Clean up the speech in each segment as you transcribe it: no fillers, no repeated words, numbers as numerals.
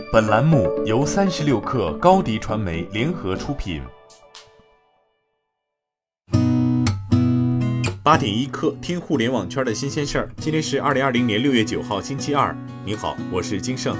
本栏目由36氪高迪传媒联合出品。 8点1刻，听互联网圈的新鲜事儿。今天是2020年6月9号，星期二。您好，我是金盛。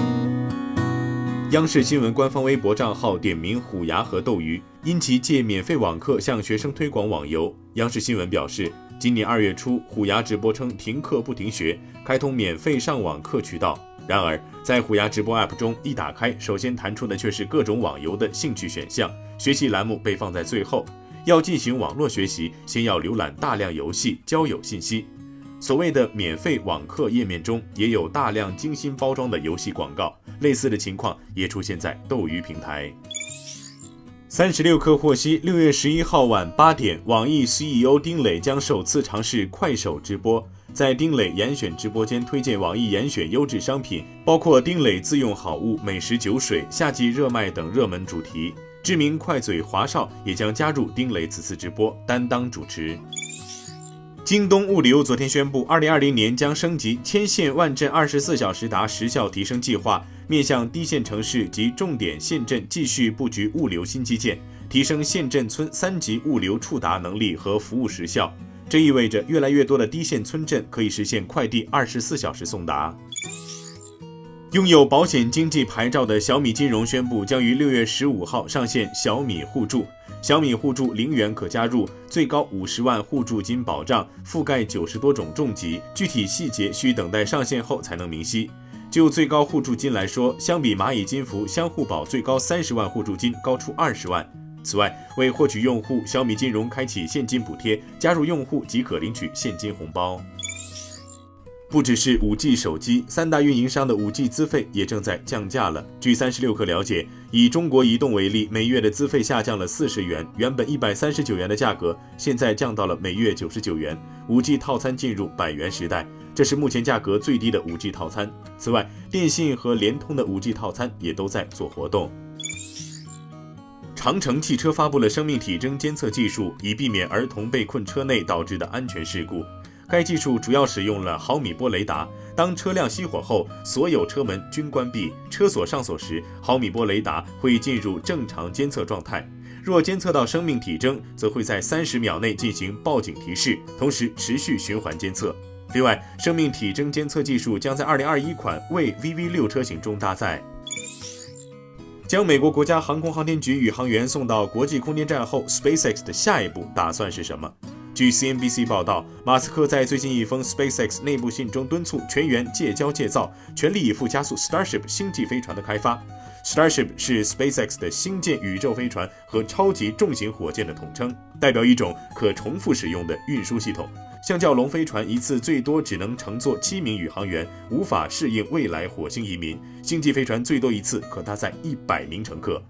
央视新闻官方微博账号点名虎牙和斗鱼，因其借免费网课向学生推广网游。央视新闻表示，今年2月初，虎牙直播称停课不停学，开通免费上网课渠道。然而，在虎牙直播 App 中一打开，首先弹出的却是各种网游的兴趣选项，学习栏目被放在最后。要进行网络学习，先要浏览大量游戏、交友信息。所谓的免费网课页面中，也有大量精心包装的游戏广告，类似的情况也出现在斗鱼平台。36氪获悉，6月11号晚8点，网易 CEO 丁磊将首次尝试快手直播。在丁磊严选直播间推荐网易严选优质商品，包括丁磊自用好物、美食酒水、夏季热卖等热门主题。知名快嘴华少也将加入丁磊此次直播，担当主持。京东物流昨天宣布，2020年将升级千县万镇24小时达时效提升计划，面向低线城市及重点县镇继续布局物流新基建，提升县镇村3级物流触达能力和服务时效。这意味着越来越多的低线村镇可以实现快递24小时送达。拥有保险经纪牌照的小米金融宣布，将于6月15号上线小米互助。小米互助0元可加入，最高50万互助金保障，覆盖90多种重疾，具体细节需等待上线后才能明晰。就最高互助金来说，相比蚂蚁金服、相互保最高30万互助金高出20万。此外，为获取用户，小米金融开启现金补贴，加入用户即可领取现金红包。不只是 5G 手机，3大运营商的 5G 资费也正在降价了。据36氪了解，以中国移动为例，每月的资费下降了40元，原本139元的价格，现在降到了每月99元。5G 套餐进入100元时代，这是目前价格最低的 5G 套餐。此外，电信和联通的 5G 套餐也都在做活动。长城汽车发布了生命体征监测技术，以避免儿童被困车内导致的安全事故。该技术主要使用了毫米波雷达，当车辆熄火后，所有车门均关闭，车锁上锁时，毫米波雷达会进入正常监测状态。若监测到生命体征，则会在30秒内进行报警提示，同时持续循环监测。另外，生命体征监测技术将在2021款蔚 VV6 车型中搭载。将美国国家航空航天局宇航员送到国际空间站后， SpaceX 的下一步打算是什么？据 CNBC 报道，马斯克在最近一封 SpaceX 内部信中敦促全员戒骄戒躁，全力以赴加速 Starship 星际飞船的开发。Starship 是 SpaceX 的星舰宇宙飞船和超级重型火箭的统称，代表一种可重复使用的运输系统。相较龙飞船一次最多只能乘坐7名宇航员，无法适应未来火星移民，星际飞船最多一次可搭载100名乘客。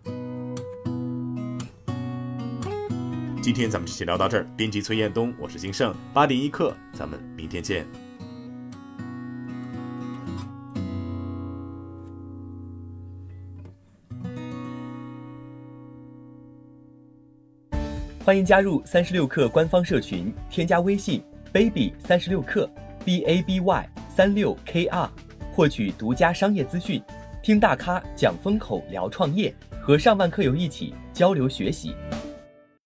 今天咱们就先聊到这儿，编辑崔彦东，我是金盛，8点1刻，咱们明天见。 欢迎加入36氪官方社群，添加微信 baby36氪 BABY36KR， 获取独家商业资讯，听大咖讲风口，聊创业，和上万客友一起交流学习。